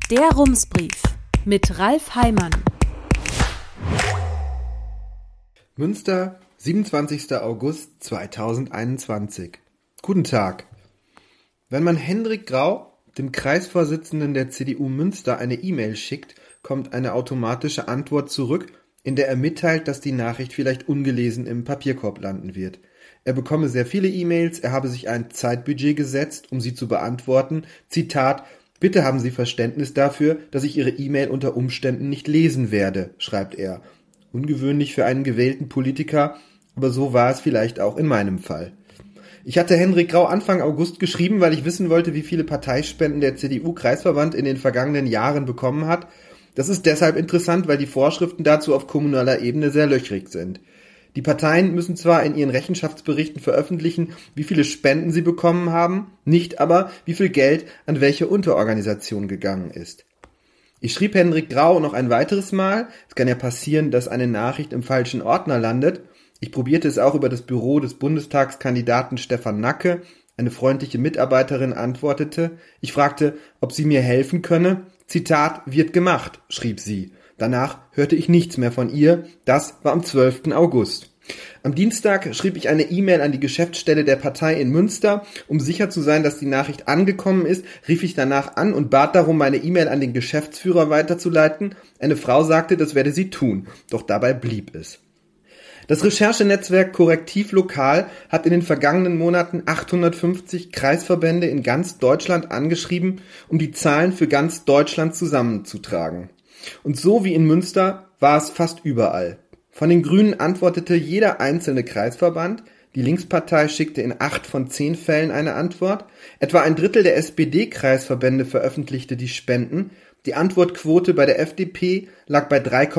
Der Rumsbrief mit Ralf Heimann. Münster, 27. August 2021. Guten Tag. Wenn man Hendrik Grau, dem Kreisvorsitzenden der CDU Münster, eine E-Mail schickt, kommt eine automatische Antwort zurück, in der er mitteilt, dass die Nachricht vielleicht ungelesen im Papierkorb landen wird. Er bekomme sehr viele E-Mails, er habe sich ein Zeitbudget gesetzt, um sie zu beantworten. Zitat: Bitte haben Sie Verständnis dafür, dass ich Ihre E-Mail unter Umständen nicht lesen werde, schreibt er. Ungewöhnlich für einen gewählten Politiker, aber so war es vielleicht auch in meinem Fall. Ich hatte Hendrik Grau Anfang August geschrieben, weil ich wissen wollte, wie viele Parteispenden der CDU-Kreisverband in den vergangenen Jahren bekommen hat. Das ist deshalb interessant, weil die Vorschriften dazu auf kommunaler Ebene sehr löchrig sind. Die Parteien müssen zwar in ihren Rechenschaftsberichten veröffentlichen, wie viele Spenden sie bekommen haben, nicht aber, wie viel Geld an welche Unterorganisation gegangen ist. Ich schrieb Hendrik Grau noch ein weiteres Mal. Es kann ja passieren, dass eine Nachricht im falschen Ordner landet. Ich probierte es auch über das Büro des Bundestagskandidaten Stefan Nacke. Eine freundliche Mitarbeiterin antwortete. Ich fragte, ob sie mir helfen könne. Zitat: wird gemacht, schrieb sie. Danach hörte ich nichts mehr von ihr. Das war am 12. August. Am Dienstag schrieb ich eine E-Mail an die Geschäftsstelle der Partei in Münster. Um sicher zu sein, dass die Nachricht angekommen ist, rief ich danach an und bat darum, meine E-Mail an den Geschäftsführer weiterzuleiten. Eine Frau sagte, das werde sie tun, doch dabei blieb es. Das Recherchenetzwerk Korrektiv Lokal hat in den vergangenen Monaten 850 Kreisverbände in ganz Deutschland angeschrieben, um die Zahlen für ganz Deutschland zusammenzutragen. Und so wie in Münster war es fast überall. Von den Grünen antwortete jeder einzelne Kreisverband, die Linkspartei schickte in 8 von 10 Fällen eine Antwort, etwa ein Drittel der SPD-Kreisverbände veröffentlichte die Spenden, die Antwortquote bei der FDP lag bei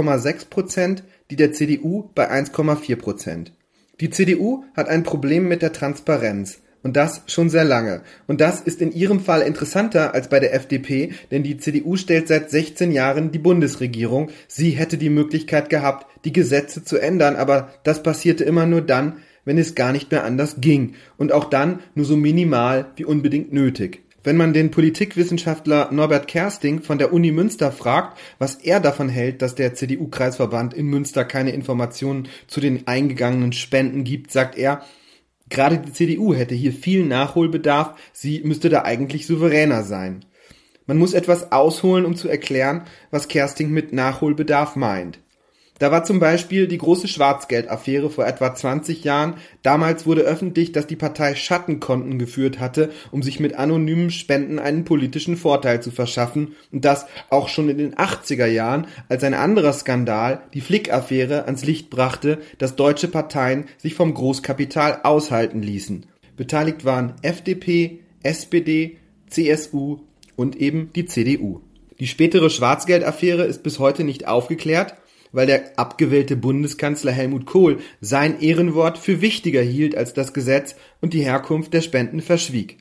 3,6%, die der CDU bei 1,4%. Die CDU hat ein Problem mit der Transparenz. Und das schon sehr lange. Und das ist in ihrem Fall interessanter als bei der FDP, denn die CDU stellt seit 16 Jahren die Bundesregierung. Sie hätte die Möglichkeit gehabt, die Gesetze zu ändern, aber das passierte immer nur dann, wenn es gar nicht mehr anders ging. Und auch dann nur so minimal wie unbedingt nötig. Wenn man den Politikwissenschaftler Norbert Kersting von der Uni Münster fragt, was er davon hält, dass der CDU-Kreisverband in Münster keine Informationen zu den eingegangenen Spenden gibt, sagt er: Gerade die CDU hätte hier viel Nachholbedarf, sie müsste da eigentlich souveräner sein. Man muss etwas ausholen, um zu erklären, was Kersting mit Nachholbedarf meint. Da war zum Beispiel die große Schwarzgeldaffäre vor etwa 20 Jahren. Damals wurde öffentlich, dass die Partei Schattenkonten geführt hatte, um sich mit anonymen Spenden einen politischen Vorteil zu verschaffen. Und das auch schon in den 80er Jahren, als ein anderer Skandal, die Flick-Affäre, ans Licht brachte, dass deutsche Parteien sich vom Großkapital aushalten ließen. Beteiligt waren FDP, SPD, CSU und eben die CDU. Die spätere Schwarzgeldaffäre ist bis heute nicht aufgeklärt, weil der abgewählte Bundeskanzler Helmut Kohl sein Ehrenwort für wichtiger hielt als das Gesetz und die Herkunft der Spenden verschwieg.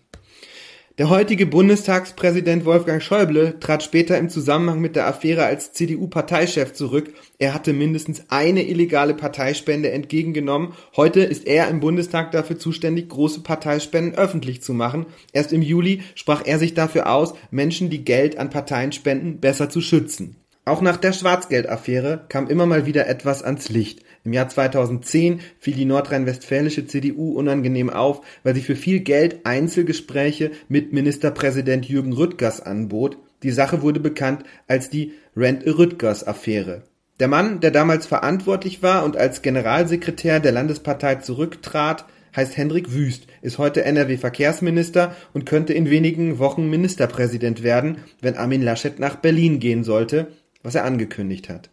Der heutige Bundestagspräsident Wolfgang Schäuble trat später im Zusammenhang mit der Affäre als CDU-Parteichef zurück. Er hatte mindestens eine illegale Parteispende entgegengenommen. Heute ist er im Bundestag dafür zuständig, große Parteispenden öffentlich zu machen. Erst im Juli sprach er sich dafür aus, Menschen, die Geld an Parteien spenden, besser zu schützen. Auch nach der Schwarzgeldaffäre kam immer mal wieder etwas ans Licht. Im Jahr 2010 fiel die nordrhein-westfälische CDU unangenehm auf, weil sie für viel Geld Einzelgespräche mit Ministerpräsident Jürgen Rüttgers anbot. Die Sache wurde bekannt als die Rent-A-Rüttgers-Affäre. Der Mann, der damals verantwortlich war und als Generalsekretär der Landespartei zurücktrat, heißt Hendrik Wüst, ist heute NRW-Verkehrsminister und könnte in wenigen Wochen Ministerpräsident werden, wenn Armin Laschet nach Berlin gehen sollte, was er angekündigt hat.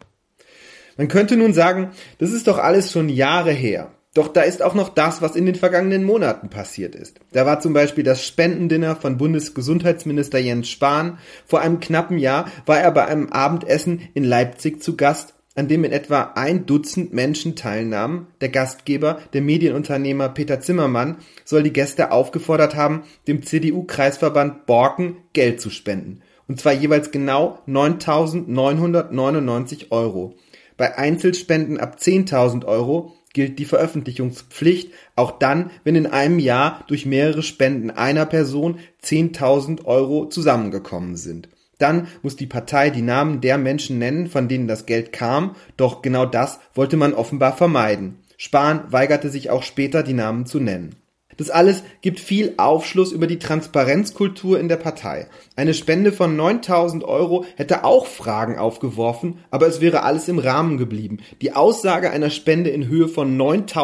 Man könnte nun sagen, das ist doch alles schon Jahre her. Doch da ist auch noch das, was in den vergangenen Monaten passiert ist. Da war zum Beispiel das Spendendinner von Bundesgesundheitsminister Jens Spahn. Vor einem knappen Jahr war er bei einem Abendessen in Leipzig zu Gast, an dem in etwa 1 Dutzend Menschen teilnahmen. Der Gastgeber, der Medienunternehmer Peter Zimmermann, soll die Gäste aufgefordert haben, dem CDU-Kreisverband Borken Geld zu spenden. Und zwar jeweils genau 9.999 €. Bei Einzelspenden ab 10.000 € gilt die Veröffentlichungspflicht, auch dann, wenn in einem Jahr durch mehrere Spenden einer Person 10.000 € zusammengekommen sind. Dann muss die Partei die Namen der Menschen nennen, von denen das Geld kam, doch genau das wollte man offenbar vermeiden. Spahn weigerte sich auch später, die Namen zu nennen. Das alles gibt viel Aufschluss über die Transparenzkultur in der Partei. Eine Spende von 9.000 € hätte auch Fragen aufgeworfen, aber es wäre alles im Rahmen geblieben. Die Aussage einer Spende in Höhe von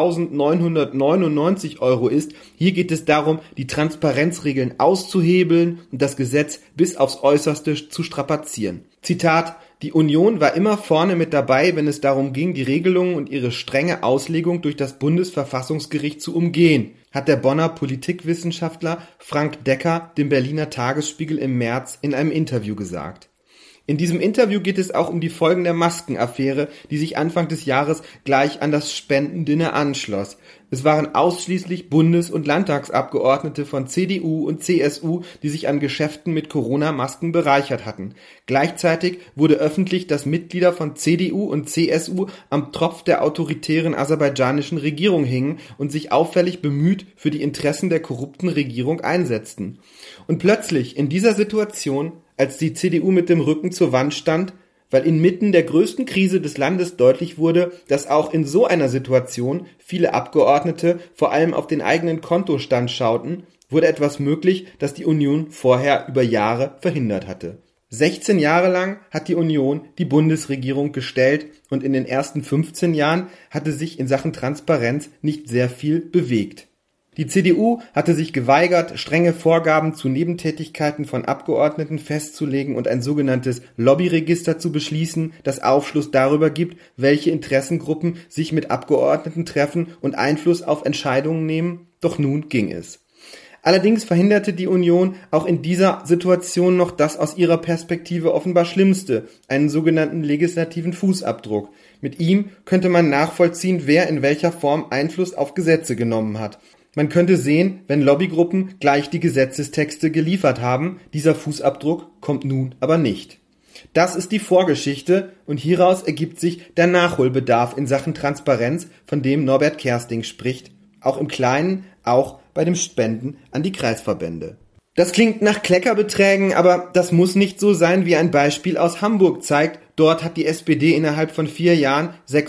9.999 € ist, hier geht es darum, die Transparenzregeln auszuhebeln und das Gesetz bis aufs Äußerste zu strapazieren. Zitat: Die Union war immer vorne mit dabei, wenn es darum ging, die Regelungen und ihre strenge Auslegung durch das Bundesverfassungsgericht zu umgehen, hat der Bonner Politikwissenschaftler Frank Decker dem Berliner Tagesspiegel im März in einem Interview gesagt. In diesem Interview geht es auch um die Folgen der Maskenaffäre, die sich Anfang des Jahres gleich an das Spendendinner anschloss. Es waren ausschließlich Bundes- und Landtagsabgeordnete von CDU und CSU, die sich an Geschäften mit Corona-Masken bereichert hatten. Gleichzeitig wurde öffentlich, dass Mitglieder von CDU und CSU am Tropf der autoritären aserbaidschanischen Regierung hingen und sich auffällig bemüht für die Interessen der korrupten Regierung einsetzten. Und plötzlich in dieser Situation, als die CDU mit dem Rücken zur Wand stand, weil inmitten der größten Krise des Landes deutlich wurde, dass auch in so einer Situation viele Abgeordnete vor allem auf den eigenen Kontostand schauten, wurde etwas möglich, das die Union vorher über Jahre verhindert hatte. 16 Jahre lang hat die Union die Bundesregierung gestellt und in den ersten 15 Jahren hatte sich in Sachen Transparenz nicht sehr viel bewegt. Die CDU hatte sich geweigert, strenge Vorgaben zu Nebentätigkeiten von Abgeordneten festzulegen und ein sogenanntes Lobbyregister zu beschließen, das Aufschluss darüber gibt, welche Interessengruppen sich mit Abgeordneten treffen und Einfluss auf Entscheidungen nehmen. Doch nun ging es. Allerdings verhinderte die Union auch in dieser Situation noch das aus ihrer Perspektive offenbar Schlimmste, einen sogenannten legislativen Fußabdruck. Mit ihm könnte man nachvollziehen, wer in welcher Form Einfluss auf Gesetze genommen hat. Man könnte sehen, wenn Lobbygruppen gleich die Gesetzestexte geliefert haben, dieser Fußabdruck kommt nun aber nicht. Das ist die Vorgeschichte und hieraus ergibt sich der Nachholbedarf in Sachen Transparenz, von dem Norbert Kersting spricht, auch im Kleinen, auch bei dem Spenden an die Kreisverbände. Das klingt nach Kleckerbeträgen, aber das muss nicht so sein, wie ein Beispiel aus Hamburg zeigt. Dort hat die SPD innerhalb von 4 Jahren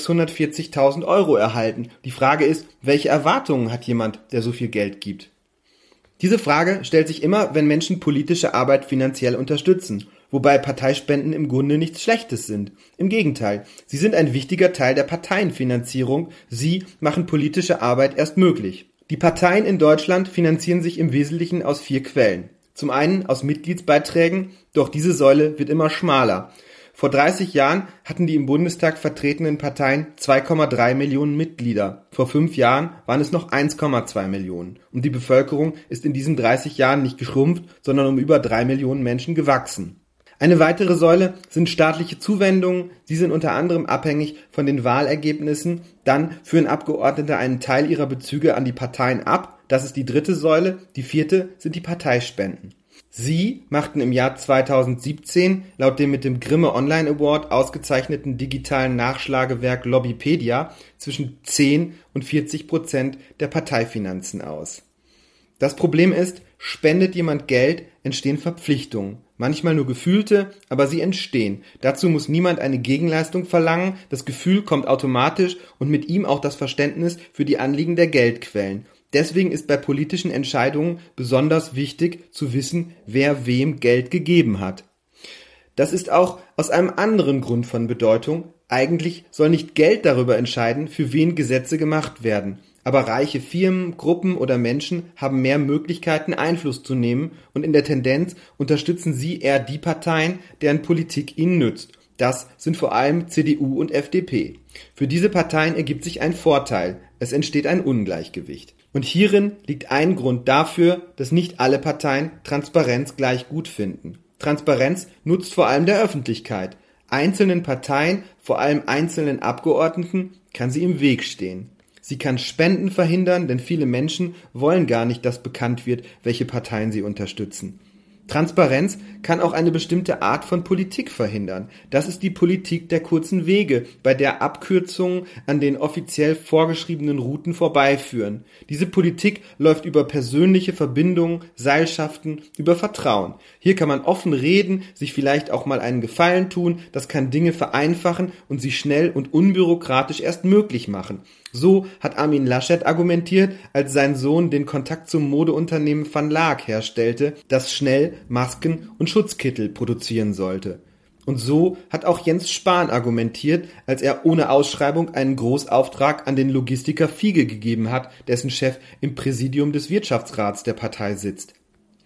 640.000 € erhalten. Die Frage ist, welche Erwartungen hat jemand, der so viel Geld gibt? Diese Frage stellt sich immer, wenn Menschen politische Arbeit finanziell unterstützen, wobei Parteispenden im Grunde nichts Schlechtes sind. Im Gegenteil, sie sind ein wichtiger Teil der Parteienfinanzierung. Sie machen politische Arbeit erst möglich. Die Parteien in Deutschland finanzieren sich im Wesentlichen aus 4 Quellen. Zum einen aus Mitgliedsbeiträgen, doch diese Säule wird immer schmaler. Vor 30 Jahren hatten die im Bundestag vertretenen Parteien 2,3 Millionen Mitglieder. Vor 5 Jahren waren es noch 1,2 Millionen. Und die Bevölkerung ist in diesen 30 Jahren nicht geschrumpft, sondern um über 3 Millionen Menschen gewachsen. Eine weitere Säule sind staatliche Zuwendungen. Sie sind unter anderem abhängig von den Wahlergebnissen. Dann führen Abgeordnete einen Teil ihrer Bezüge an die Parteien ab. Das ist die 3. Säule. Die 4. sind die Parteispenden. Sie machten im Jahr 2017 laut dem mit dem Grimme Online Award ausgezeichneten digitalen Nachschlagewerk Lobbypedia zwischen 10 und 40% der Parteifinanzen aus. Das Problem ist, spendet jemand Geld, entstehen Verpflichtungen. Manchmal nur gefühlte, aber sie entstehen. Dazu muss niemand eine Gegenleistung verlangen, das Gefühl kommt automatisch und mit ihm auch das Verständnis für die Anliegen der Geldquellen. Deswegen ist bei politischen Entscheidungen besonders wichtig zu wissen, wer wem Geld gegeben hat. Das ist auch aus einem anderen Grund von Bedeutung. Eigentlich soll nicht Geld darüber entscheiden, für wen Gesetze gemacht werden. Aber reiche Firmen, Gruppen oder Menschen haben mehr Möglichkeiten, Einfluss zu nehmen und in der Tendenz unterstützen sie eher die Parteien, deren Politik ihnen nützt. Das sind vor allem CDU und FDP. Für diese Parteien ergibt sich ein Vorteil. Es entsteht ein Ungleichgewicht. Und hierin liegt ein Grund dafür, dass nicht alle Parteien Transparenz gleich gut finden. Transparenz nutzt vor allem der Öffentlichkeit. Einzelnen Parteien, vor allem einzelnen Abgeordneten, kann sie im Weg stehen. Sie kann Spenden verhindern, denn viele Menschen wollen gar nicht, dass bekannt wird, welche Parteien sie unterstützen. Transparenz kann auch eine bestimmte Art von Politik verhindern. Das ist die Politik der kurzen Wege, bei der Abkürzungen an den offiziell vorgeschriebenen Routen vorbeiführen. Diese Politik läuft über persönliche Verbindungen, Seilschaften, über Vertrauen. Hier kann man offen reden, sich vielleicht auch mal einen Gefallen tun, das kann Dinge vereinfachen und sie schnell und unbürokratisch erst möglich machen. So hat Armin Laschet argumentiert, als sein Sohn den Kontakt zum Modeunternehmen Van Laak herstellte, das schnell Masken und Schutzkittel produzieren sollte. Und so hat auch Jens Spahn argumentiert, als er ohne Ausschreibung einen Großauftrag an den Logistiker Fiege gegeben hat, dessen Chef im Präsidium des Wirtschaftsrats der Partei sitzt.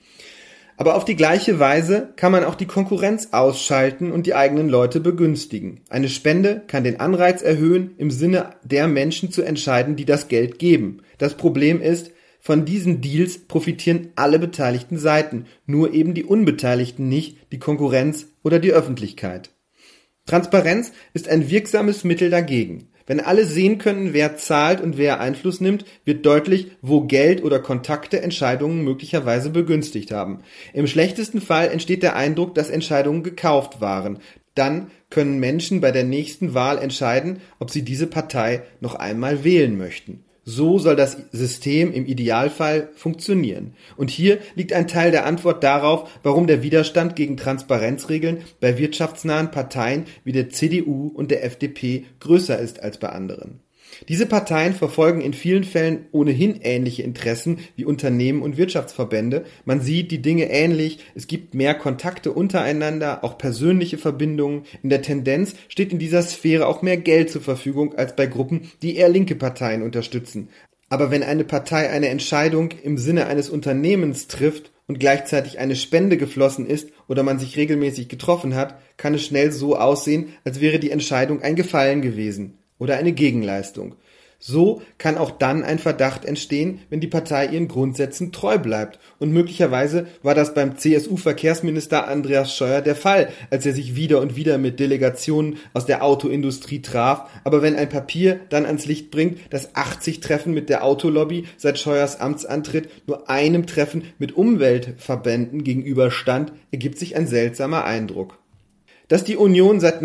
Aber auf die gleiche Weise kann man auch die Konkurrenz ausschalten und die eigenen Leute begünstigen. Eine Spende kann den Anreiz erhöhen, im Sinne der Menschen zu entscheiden, die das Geld geben. Das Problem ist, von diesen Deals profitieren alle beteiligten Seiten, nur eben die Unbeteiligten nicht, die Konkurrenz oder die Öffentlichkeit. Transparenz ist ein wirksames Mittel dagegen. Wenn alle sehen können, wer zahlt und wer Einfluss nimmt, wird deutlich, wo Geld oder Kontakte Entscheidungen möglicherweise begünstigt haben. Im schlechtesten Fall entsteht der Eindruck, dass Entscheidungen gekauft waren. Dann können Menschen bei der nächsten Wahl entscheiden, ob sie diese Partei noch einmal wählen möchten. So soll das System im Idealfall funktionieren. Und hier liegt ein Teil der Antwort darauf, warum der Widerstand gegen Transparenzregeln bei wirtschaftsnahen Parteien wie der CDU und der FDP größer ist als bei anderen. Diese Parteien verfolgen in vielen Fällen ohnehin ähnliche Interessen wie Unternehmen und Wirtschaftsverbände. Man sieht die Dinge ähnlich, es gibt mehr Kontakte untereinander, auch persönliche Verbindungen. In der Tendenz steht in dieser Sphäre auch mehr Geld zur Verfügung als bei Gruppen, die eher linke Parteien unterstützen. Aber wenn eine Partei eine Entscheidung im Sinne eines Unternehmens trifft und gleichzeitig eine Spende geflossen ist oder man sich regelmäßig getroffen hat, kann es schnell so aussehen, als wäre die Entscheidung ein Gefallen gewesen oder eine Gegenleistung. So kann auch dann ein Verdacht entstehen, wenn die Partei ihren Grundsätzen treu bleibt. Und möglicherweise war das beim CSU-Verkehrsminister Andreas Scheuer der Fall, als er sich wieder und wieder mit Delegationen aus der Autoindustrie traf. Aber wenn ein Papier dann ans Licht bringt, dass 80 Treffen mit der Autolobby seit Scheuers Amtsantritt nur einem Treffen mit Umweltverbänden gegenüberstand, ergibt sich ein seltsamer Eindruck. Dass die Union seit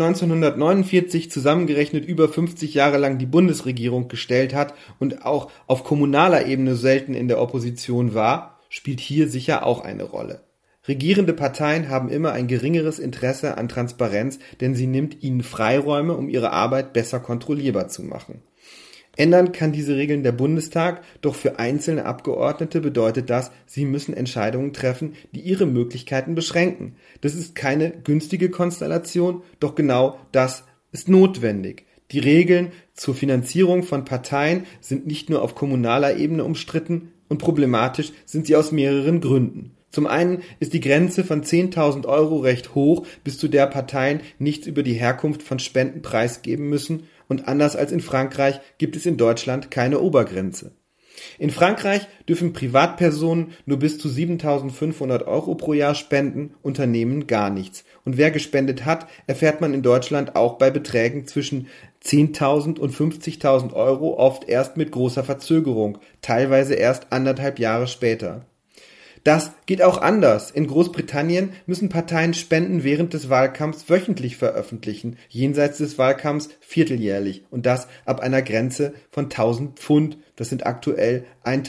1949 zusammengerechnet über 50 Jahre lang die Bundesregierung gestellt hat und auch auf kommunaler Ebene selten in der Opposition war, spielt hier sicher auch eine Rolle. Regierende Parteien haben immer ein geringeres Interesse an Transparenz, denn sie nimmt ihnen Freiräume, um ihre Arbeit besser kontrollierbar zu machen. Ändern kann diese Regeln der Bundestag, doch für einzelne Abgeordnete bedeutet das, sie müssen Entscheidungen treffen, die ihre Möglichkeiten beschränken. Das ist keine günstige Konstellation, doch genau das ist notwendig. Die Regeln zur Finanzierung von Parteien sind nicht nur auf kommunaler Ebene umstritten und problematisch sind sie aus mehreren Gründen. Zum einen ist die Grenze von 10.000 Euro recht hoch, bis zu der Parteien nichts über die Herkunft von Spenden preisgeben müssen, und anders als in Frankreich gibt es in Deutschland keine Obergrenze. In Frankreich dürfen Privatpersonen nur bis zu 7.500 Euro pro Jahr spenden, Unternehmen gar nichts. Und wer gespendet hat, erfährt man in Deutschland auch bei Beträgen zwischen 10.000 und 50.000 Euro oft erst mit großer Verzögerung, teilweise erst 1,5 Jahre später. Das geht auch anders. In Großbritannien müssen Parteien Spenden während des Wahlkampfs wöchentlich veröffentlichen, jenseits des Wahlkampfs vierteljährlich und das ab einer Grenze von 1.000 Pfund, das sind aktuell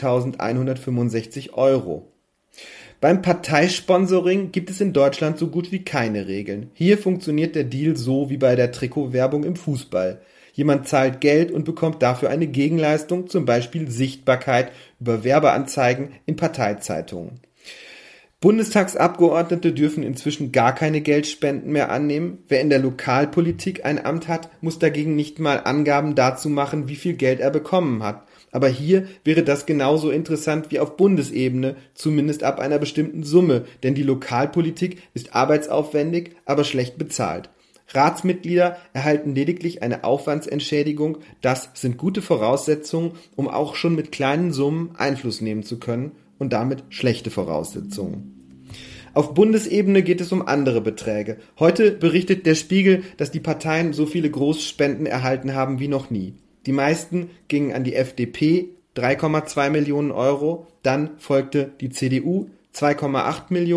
1.165 Euro. Beim Parteisponsoring gibt es in Deutschland so gut wie keine Regeln. Hier funktioniert der Deal so wie bei der Trikotwerbung im Fußball. Jemand zahlt Geld und bekommt dafür eine Gegenleistung, zum Beispiel Sichtbarkeit über Werbeanzeigen in Parteizeitungen. Bundestagsabgeordnete dürfen inzwischen gar keine Geldspenden mehr annehmen. Wer in der Lokalpolitik ein Amt hat, muss dagegen nicht mal Angaben dazu machen, wie viel Geld er bekommen hat. Aber hier wäre das genauso interessant wie auf Bundesebene, zumindest ab einer bestimmten Summe, denn die Lokalpolitik ist arbeitsaufwendig, aber schlecht bezahlt. Ratsmitglieder erhalten lediglich eine Aufwandsentschädigung. Das sind gute Voraussetzungen, um auch schon mit kleinen Summen Einfluss nehmen zu können und damit schlechte Voraussetzungen. Auf Bundesebene geht es um andere Beträge. Heute berichtet der Spiegel, dass die Parteien so viele Großspenden erhalten haben wie noch nie. Die meisten gingen an die FDP, 3,2 Millionen Euro, dann folgte die CDU, 2,8 Millionen,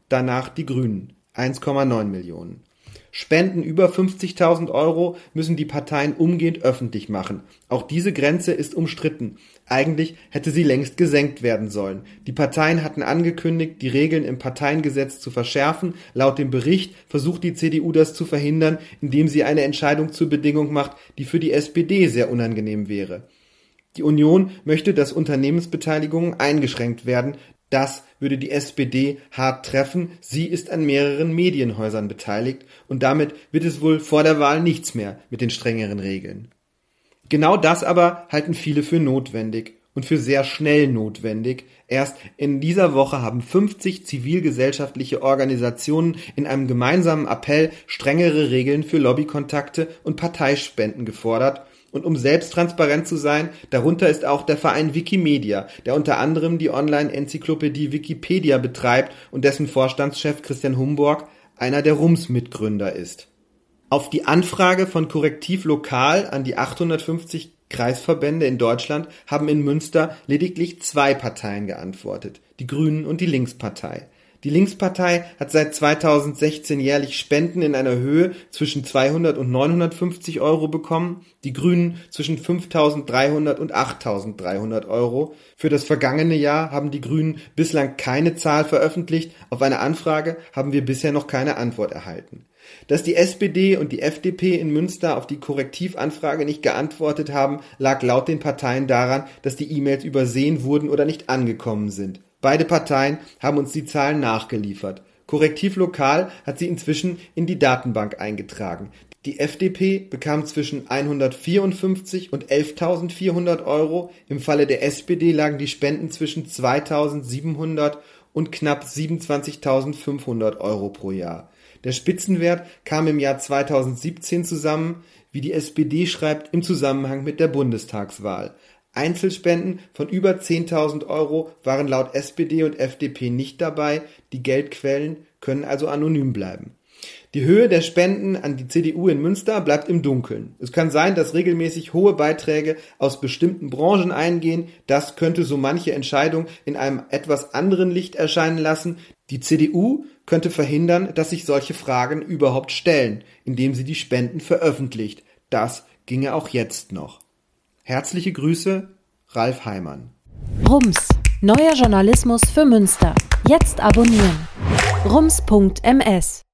danach die Grünen 1,9 Millionen. Spenden über 50.000 Euro müssen die Parteien umgehend öffentlich machen. Auch diese Grenze ist umstritten. Eigentlich hätte sie längst gesenkt werden sollen. Die Parteien hatten angekündigt, die Regeln im Parteiengesetz zu verschärfen. Laut dem Bericht versucht die CDU das zu verhindern, indem sie eine Entscheidung zur Bedingung macht, die für die SPD sehr unangenehm wäre. Die Union möchte, dass Unternehmensbeteiligungen eingeschränkt werden. Das würde die SPD hart treffen. Sie ist an mehreren Medienhäusern beteiligt und damit wird es wohl vor der Wahl nichts mehr mit den strengeren Regeln. Genau das aber halten viele für notwendig und für sehr schnell notwendig. Erst in dieser Woche haben 50 zivilgesellschaftliche Organisationen in einem gemeinsamen Appell strengere Regeln für Lobbykontakte und Parteispenden gefordert. Und um selbst transparent zu sein, darunter ist auch der Verein Wikimedia, der unter anderem die Online-Enzyklopädie Wikipedia betreibt und dessen Vorstandschef Christian Humborg einer der RUMS-Mitgründer ist. Auf die Anfrage von Korrektiv Lokal an die 850 Kreisverbände in Deutschland haben in Münster lediglich 2 Parteien geantwortet, die Grünen und die Linkspartei. Die Linkspartei hat seit 2016 jährlich Spenden in einer Höhe zwischen 200 und 950 Euro bekommen, die Grünen zwischen 5.300 und 8.300 Euro. Für das vergangene Jahr haben die Grünen bislang keine Zahl veröffentlicht, auf eine Anfrage haben wir bisher noch keine Antwort erhalten. Dass die SPD und die FDP in Münster auf die Korrektivanfrage nicht geantwortet haben, lag laut den Parteien daran, dass die E-Mails übersehen wurden oder nicht angekommen sind. Beide Parteien haben uns die Zahlen nachgeliefert. Korrektiv Lokal hat sie inzwischen in die Datenbank eingetragen. Die FDP bekam zwischen 154 und 11.400 Euro. Im Falle der SPD lagen die Spenden zwischen 2.700 und knapp 27.500 Euro pro Jahr. Der Spitzenwert kam im Jahr 2017 zusammen, wie die SPD schreibt, im Zusammenhang mit der Bundestagswahl. Einzelspenden von über 10.000 Euro waren laut SPD und FDP nicht dabei, die Geldquellen können also anonym bleiben. Die Höhe der Spenden an die CDU in Münster bleibt im Dunkeln. Es kann sein, dass regelmäßig hohe Beiträge aus bestimmten Branchen eingehen. Das könnte so manche Entscheidung in einem etwas anderen Licht erscheinen lassen. Die CDU könnte verhindern, dass sich solche Fragen überhaupt stellen, indem sie die Spenden veröffentlicht. Das ginge auch jetzt noch. Herzliche Grüße, Ralf Heimann. RUMS. Neuer Journalismus für Münster. Jetzt abonnieren. rums.ms